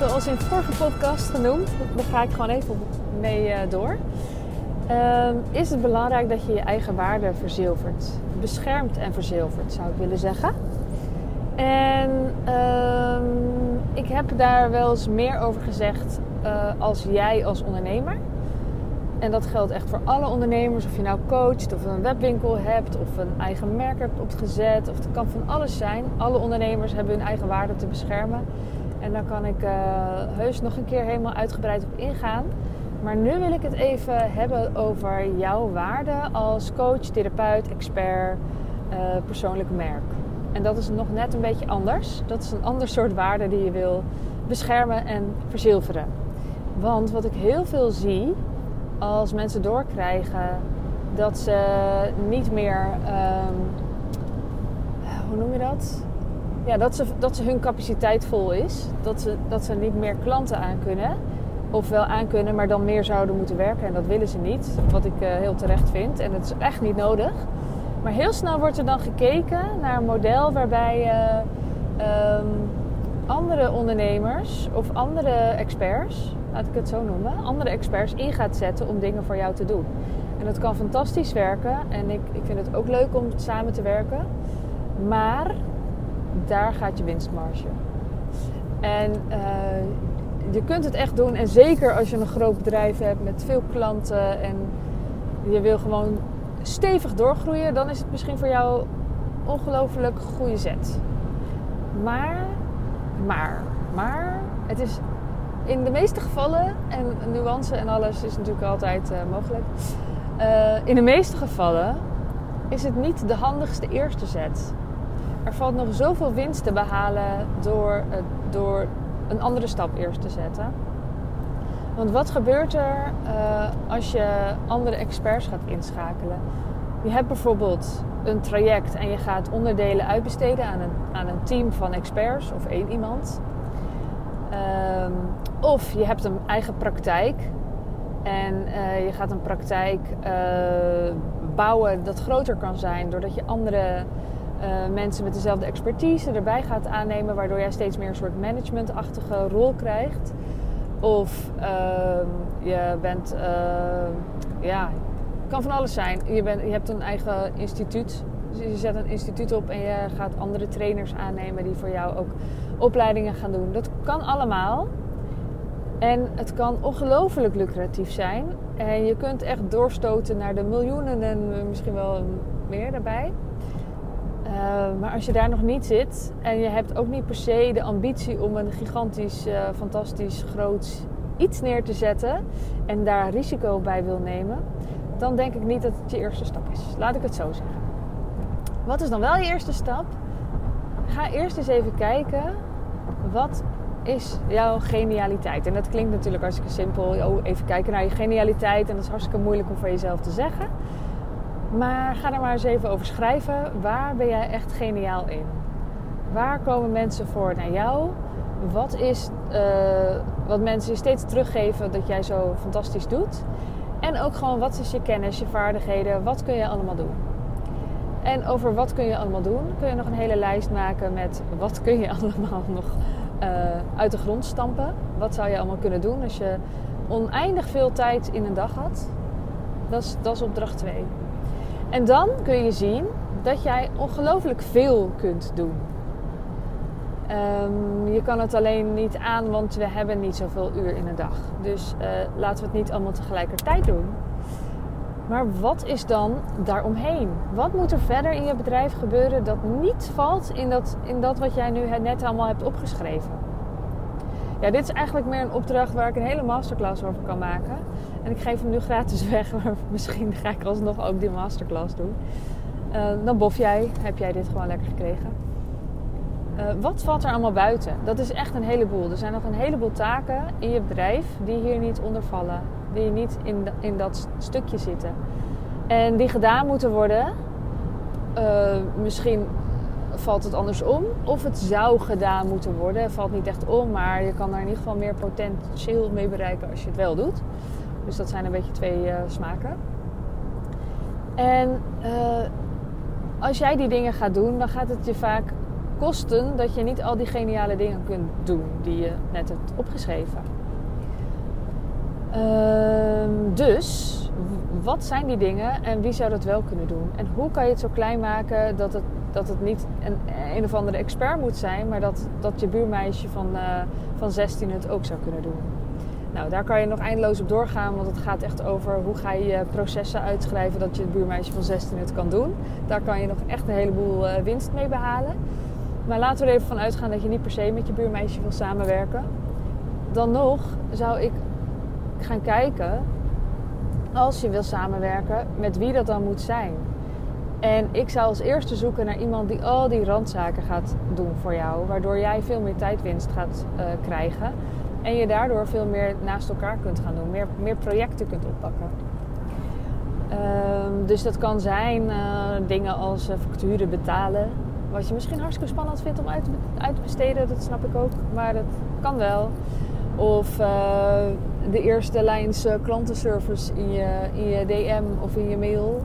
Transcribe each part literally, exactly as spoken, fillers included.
zoals in de vorige podcast genoemd, daar ga ik gewoon even mee uh, door. Uh, is het belangrijk dat je je eigen waarde verzilvert. Beschermt en verzilvert, zou ik willen zeggen. En uh, ik heb daar wel eens meer over gezegd uh, als jij als ondernemer. En dat geldt echt voor alle ondernemers. Of je nou coacht, of een webwinkel hebt, of een eigen merk hebt opgezet. Of het kan van alles zijn. Alle ondernemers hebben hun eigen waarde te beschermen. En daar kan ik uh, heus nog een keer helemaal uitgebreid op ingaan. Maar nu wil ik het even hebben over jouw waarde als coach, therapeut, expert, uh, persoonlijk merk. En dat is nog net een beetje anders. Dat is een ander soort waarde die je wil beschermen en verzilveren. Want wat ik heel veel zie als mensen doorkrijgen dat ze niet meer, um, hoe noem je dat? Ja, dat ze, dat ze hun capaciteit vol is. Dat ze, dat ze niet meer klanten aankunnen. Of wel aankunnen, maar dan meer zouden moeten werken. En dat willen ze niet. Wat ik uh, heel terecht vind. En het is echt niet nodig. Maar heel snel wordt er dan gekeken naar een model waarbij je uh, um, andere ondernemers of andere experts, laat ik het zo noemen, andere experts in gaat zetten om dingen voor jou te doen. En dat kan fantastisch werken. En ik, ik vind het ook leuk om samen te werken. Maar daar gaat je winstmarge. En uh, je kunt het echt doen. En zeker als je een groot bedrijf hebt met veel klanten en je wil gewoon stevig doorgroeien, dan is het misschien voor jou ongelooflijk goede zet. Maar, maar, maar, het is in de meeste gevallen, en nuance en alles is natuurlijk altijd uh, mogelijk. Uh, in de meeste gevallen is het niet de handigste eerste zet. Er valt nog zoveel winst te behalen door, uh, door een andere stap eerst te zetten. Want wat gebeurt er uh, als je andere experts gaat inschakelen? Je hebt bijvoorbeeld een traject en je gaat onderdelen uitbesteden aan een, aan een team van experts of één iemand. Um, of je hebt een eigen praktijk en uh, je gaat een praktijk uh, bouwen dat groter kan zijn doordat je andere uh, mensen met dezelfde expertise erbij gaat aannemen, waardoor jij steeds meer een soort managementachtige rol krijgt. Of uh, je bent, uh, ja, kan van alles zijn. Je, bent, je hebt een eigen instituut. Dus je zet een instituut op en je gaat andere trainers aannemen die voor jou ook opleidingen gaan doen. Dat kan allemaal. En het kan ongelooflijk lucratief zijn. En je kunt echt doorstoten naar de miljoenen en misschien wel meer daarbij. Uh, maar als je daar nog niet zit en je hebt ook niet per se de ambitie om een gigantisch, uh, fantastisch, groot iets neer te zetten en daar risico bij wil nemen, dan denk ik niet dat het je eerste stap is. Laat ik het zo zeggen. Wat is dan wel je eerste stap? Ga eerst eens even kijken, wat is jouw genialiteit? En dat klinkt natuurlijk hartstikke simpel. Oh, even kijken naar je genialiteit en dat is hartstikke moeilijk om voor jezelf te zeggen. Maar ga er maar eens even over schrijven. Waar ben jij echt geniaal in? Waar komen mensen voor naar jou? Wat is uh, wat mensen je steeds teruggeven dat jij zo fantastisch doet? En ook gewoon, wat is je kennis, je vaardigheden? Wat kun je allemaal doen? En over wat kun je allemaal doen, kun je nog een hele lijst maken met wat kun je allemaal nog uh, uit de grond stampen. Wat zou je allemaal kunnen doen als je oneindig veel tijd in een dag had? Dat is, dat is opdracht twee. En dan kun je zien dat jij ongelooflijk veel kunt doen. Um, je kan het alleen niet aan, want we hebben niet zoveel uur in een dag. Dus uh, laten we het niet allemaal tegelijkertijd doen. Maar wat is dan daaromheen? Wat moet er verder in je bedrijf gebeuren dat niet valt in dat, in dat wat jij nu net allemaal hebt opgeschreven? Ja, dit is eigenlijk meer een opdracht waar ik een hele masterclass over kan maken. En ik geef hem nu gratis weg, maar misschien ga ik alsnog ook die masterclass doen. Uh, dan bof jij, heb jij dit gewoon lekker gekregen. Uh, wat valt er allemaal buiten? Dat is echt een heleboel. Er zijn nog een heleboel taken in je bedrijf die hier niet onder vallen. Die niet in, in dat stukje zitten. En die gedaan moeten worden. Uh, misschien valt het andersom. Of het zou gedaan moeten worden. Het valt niet echt om, maar je kan daar in ieder geval meer potentieel mee bereiken als je het wel doet. Dus dat zijn een beetje twee uh, smaken. En uh, als jij die dingen gaat doen, dan gaat het je vaak kosten dat je niet al die geniale dingen kunt doen die je net hebt opgeschreven. Uh, dus, wat zijn die dingen en wie zou dat wel kunnen doen? En hoe kan je het zo klein maken dat het, dat het niet een, een of andere expert moet zijn, maar dat, dat je buurmeisje van, uh, van zestien het ook zou kunnen doen? Nou, daar kan je nog eindeloos op doorgaan, want het gaat echt over hoe ga je je processen uitschrijven dat je het buurmeisje van zestien het kan doen. Daar kan je nog echt een heleboel uh, winst mee behalen. Maar laten we er even van uitgaan dat je niet per se met je buurmeisje wil samenwerken. Dan nog zou ik gaan kijken, als je wil samenwerken, met wie dat dan moet zijn. En ik zou als eerste zoeken naar iemand die al die randzaken gaat doen voor jou, waardoor jij veel meer tijdwinst gaat uh, krijgen en je daardoor veel meer naast elkaar kunt gaan doen, meer, meer projecten kunt oppakken. Uh, dus dat kan zijn uh, dingen als uh, facturen betalen, wat je misschien hartstikke spannend vindt om uit te, uit te besteden, dat snap ik ook, maar dat kan wel. Of uh, de eerste lijns uh, klantenservice in je, in je D M of in je mail.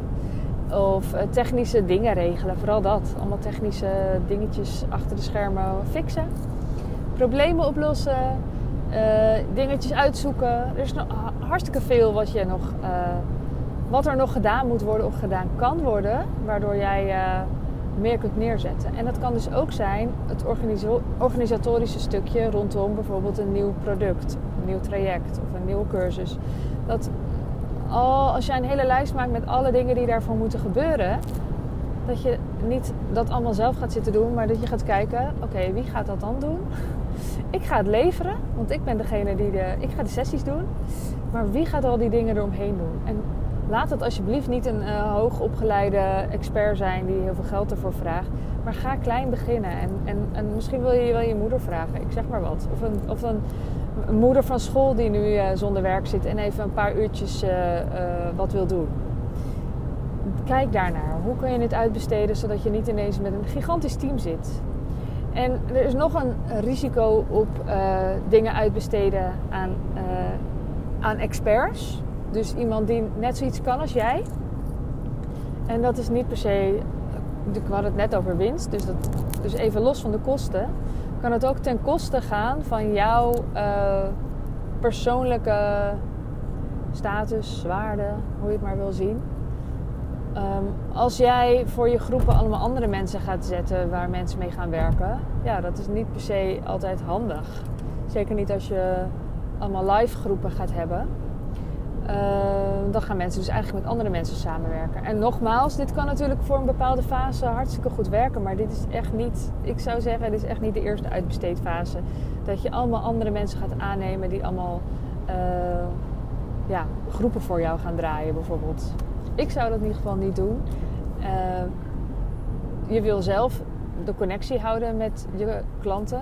Of uh, technische dingen regelen, vooral dat. Allemaal technische dingetjes achter de schermen fixen. Problemen oplossen. Uh, dingetjes uitzoeken. Er is nog hartstikke veel wat, je nog, uh, wat er nog gedaan moet worden of gedaan kan worden. Waardoor jij uh, meer kunt neerzetten. En dat kan dus ook zijn het organiso- organisatorische stukje rondom bijvoorbeeld een nieuw product, een nieuw traject of een nieuwe cursus. Dat al, als jij een hele lijst maakt met alle dingen die daarvoor moeten gebeuren, dat je niet dat allemaal zelf gaat zitten doen, maar dat je gaat kijken, oké, okay, wie gaat dat dan doen? Ik ga het leveren, want ik ben degene die de, ik ga de sessies doen, maar wie gaat al die dingen eromheen doen? En laat het alsjeblieft niet een uh, hoogopgeleide expert zijn die heel veel geld ervoor vraagt. Maar ga klein beginnen. En, en, en misschien wil je wel je moeder vragen. Ik zeg maar wat. Of een, of een, een moeder van school die nu uh, zonder werk zit en even een paar uurtjes uh, uh, wat wil doen. Kijk daarnaar. Hoe kun je dit uitbesteden zodat je niet ineens met een gigantisch team zit? En er is nog een risico op uh, dingen uitbesteden aan, uh, aan experts. Dus iemand die net zoiets kan als jij. En dat is niet per se, ik had het net over winst, dus, dat, dus even los van de kosten. Kan het ook ten koste gaan van jouw uh, persoonlijke status, waarde, hoe je het maar wil zien. Um, als jij voor je groepen allemaal andere mensen gaat zetten waar mensen mee gaan werken, ja, dat is niet per se altijd handig. Zeker niet als je allemaal live groepen gaat hebben. Uh, dan gaan mensen dus eigenlijk met andere mensen samenwerken. En nogmaals, dit kan natuurlijk voor een bepaalde fase hartstikke goed werken. Maar dit is echt niet, ik zou zeggen, dit is echt niet de eerste uitbesteedfase. Dat je allemaal andere mensen gaat aannemen die allemaal uh, ja, groepen voor jou gaan draaien bijvoorbeeld. Ik zou dat in ieder geval niet doen. Uh, je wil zelf de connectie houden met je klanten.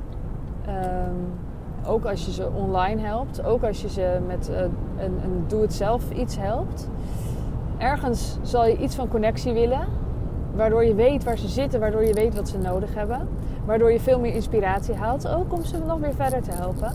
Um, Ook als je ze online helpt. Ook als je ze met uh, een, een doe-het-zelf iets helpt. Ergens zal je iets van connectie willen. Waardoor je weet waar ze zitten. Waardoor je weet wat ze nodig hebben. Waardoor je veel meer inspiratie haalt. Ook om ze nog weer verder te helpen.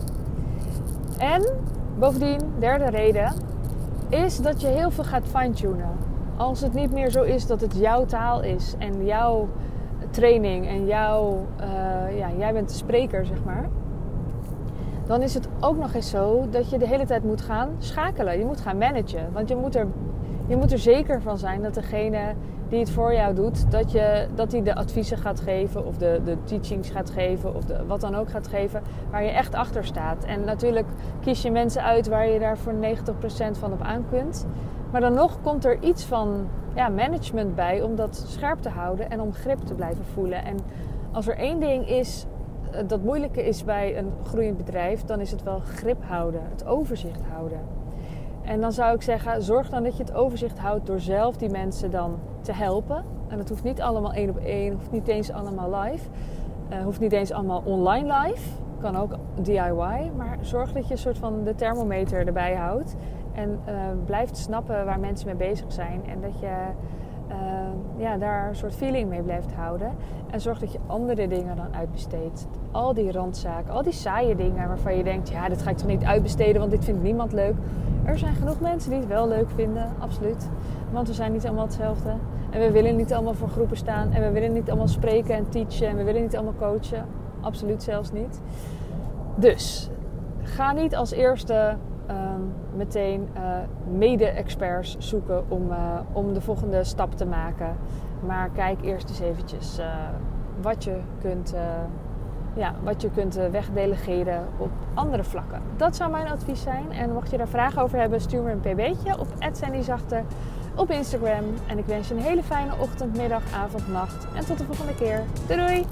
En bovendien, derde reden. Is dat je heel veel gaat fine-tunen. Als het niet meer zo is dat het jouw taal is. En jouw training. En jouw... Uh, ja, jij bent de spreker, zeg maar. Dan is het ook nog eens zo dat je de hele tijd moet gaan schakelen. Je moet gaan managen. Want je moet er, je moet er zeker van zijn dat degene die het voor jou doet, dat je, dat die de adviezen gaat geven of de, de teachings gaat geven of de, wat dan ook gaat geven waar je echt achter staat. En natuurlijk kies je mensen uit waar je daar voor negentig procent van op aan kunt. Maar dan nog komt er iets van ja, management bij om dat scherp te houden en om grip te blijven voelen. En als er één ding is dat moeilijke is bij een groeiend bedrijf, dan is het wel grip houden, het overzicht houden. En dan zou ik zeggen, zorg dan dat je het overzicht houdt door zelf die mensen dan te helpen. En dat hoeft niet allemaal één op één, hoeft niet eens allemaal live, uh, hoeft niet eens allemaal online live, kan ook D I Y. Maar zorg dat je een soort van de thermometer erbij houdt en uh, blijft snappen waar mensen mee bezig zijn en dat je Uh, ja, daar een soort feeling mee blijft houden. En zorg dat je andere dingen dan uitbesteedt. Al die randzaken, al die saaie dingen waarvan je denkt, ja, dit ga ik toch niet uitbesteden, want dit vindt niemand leuk. Er zijn genoeg mensen die het wel leuk vinden, absoluut. Want we zijn niet allemaal hetzelfde. En we willen niet allemaal voor groepen staan. En we willen niet allemaal spreken en teachen. En we willen niet allemaal coachen. Absoluut zelfs niet. Dus, ga niet als eerste um, meteen uh, mede-experts zoeken om, uh, om de volgende stap te maken. Maar kijk eerst eens eventjes uh, wat je kunt... Uh, Ja, wat je kunt wegdelegeren op andere vlakken. Dat zou mijn advies zijn. En mocht je daar vragen over hebben, stuur me een pb'tje op at sandyzachter op Instagram. En ik wens je een hele fijne ochtend, middag, avond, nacht. En tot de volgende keer. Doei doei!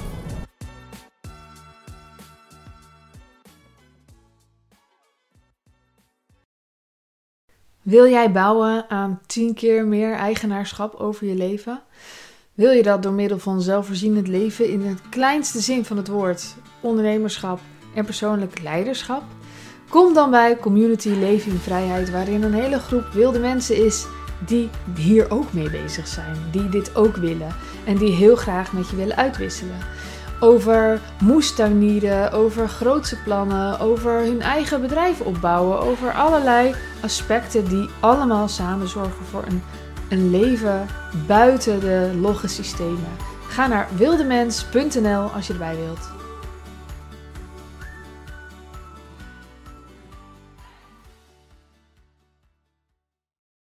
Wil jij bouwen aan tien keer meer eigenaarschap over je leven? Wil je dat door middel van zelfvoorzienend leven in het kleinste zin van het woord, ondernemerschap en persoonlijk leiderschap? Kom dan bij Community Leven in Vrijheid, waarin een hele groep wilde mensen is die hier ook mee bezig zijn, die dit ook willen en die heel graag met je willen uitwisselen. Over moestuinieren, over grootse plannen, over hun eigen bedrijf opbouwen, over allerlei aspecten die allemaal samen zorgen voor een Een leven buiten de logge systemen. Ga naar wildemens punt n l als je erbij wilt.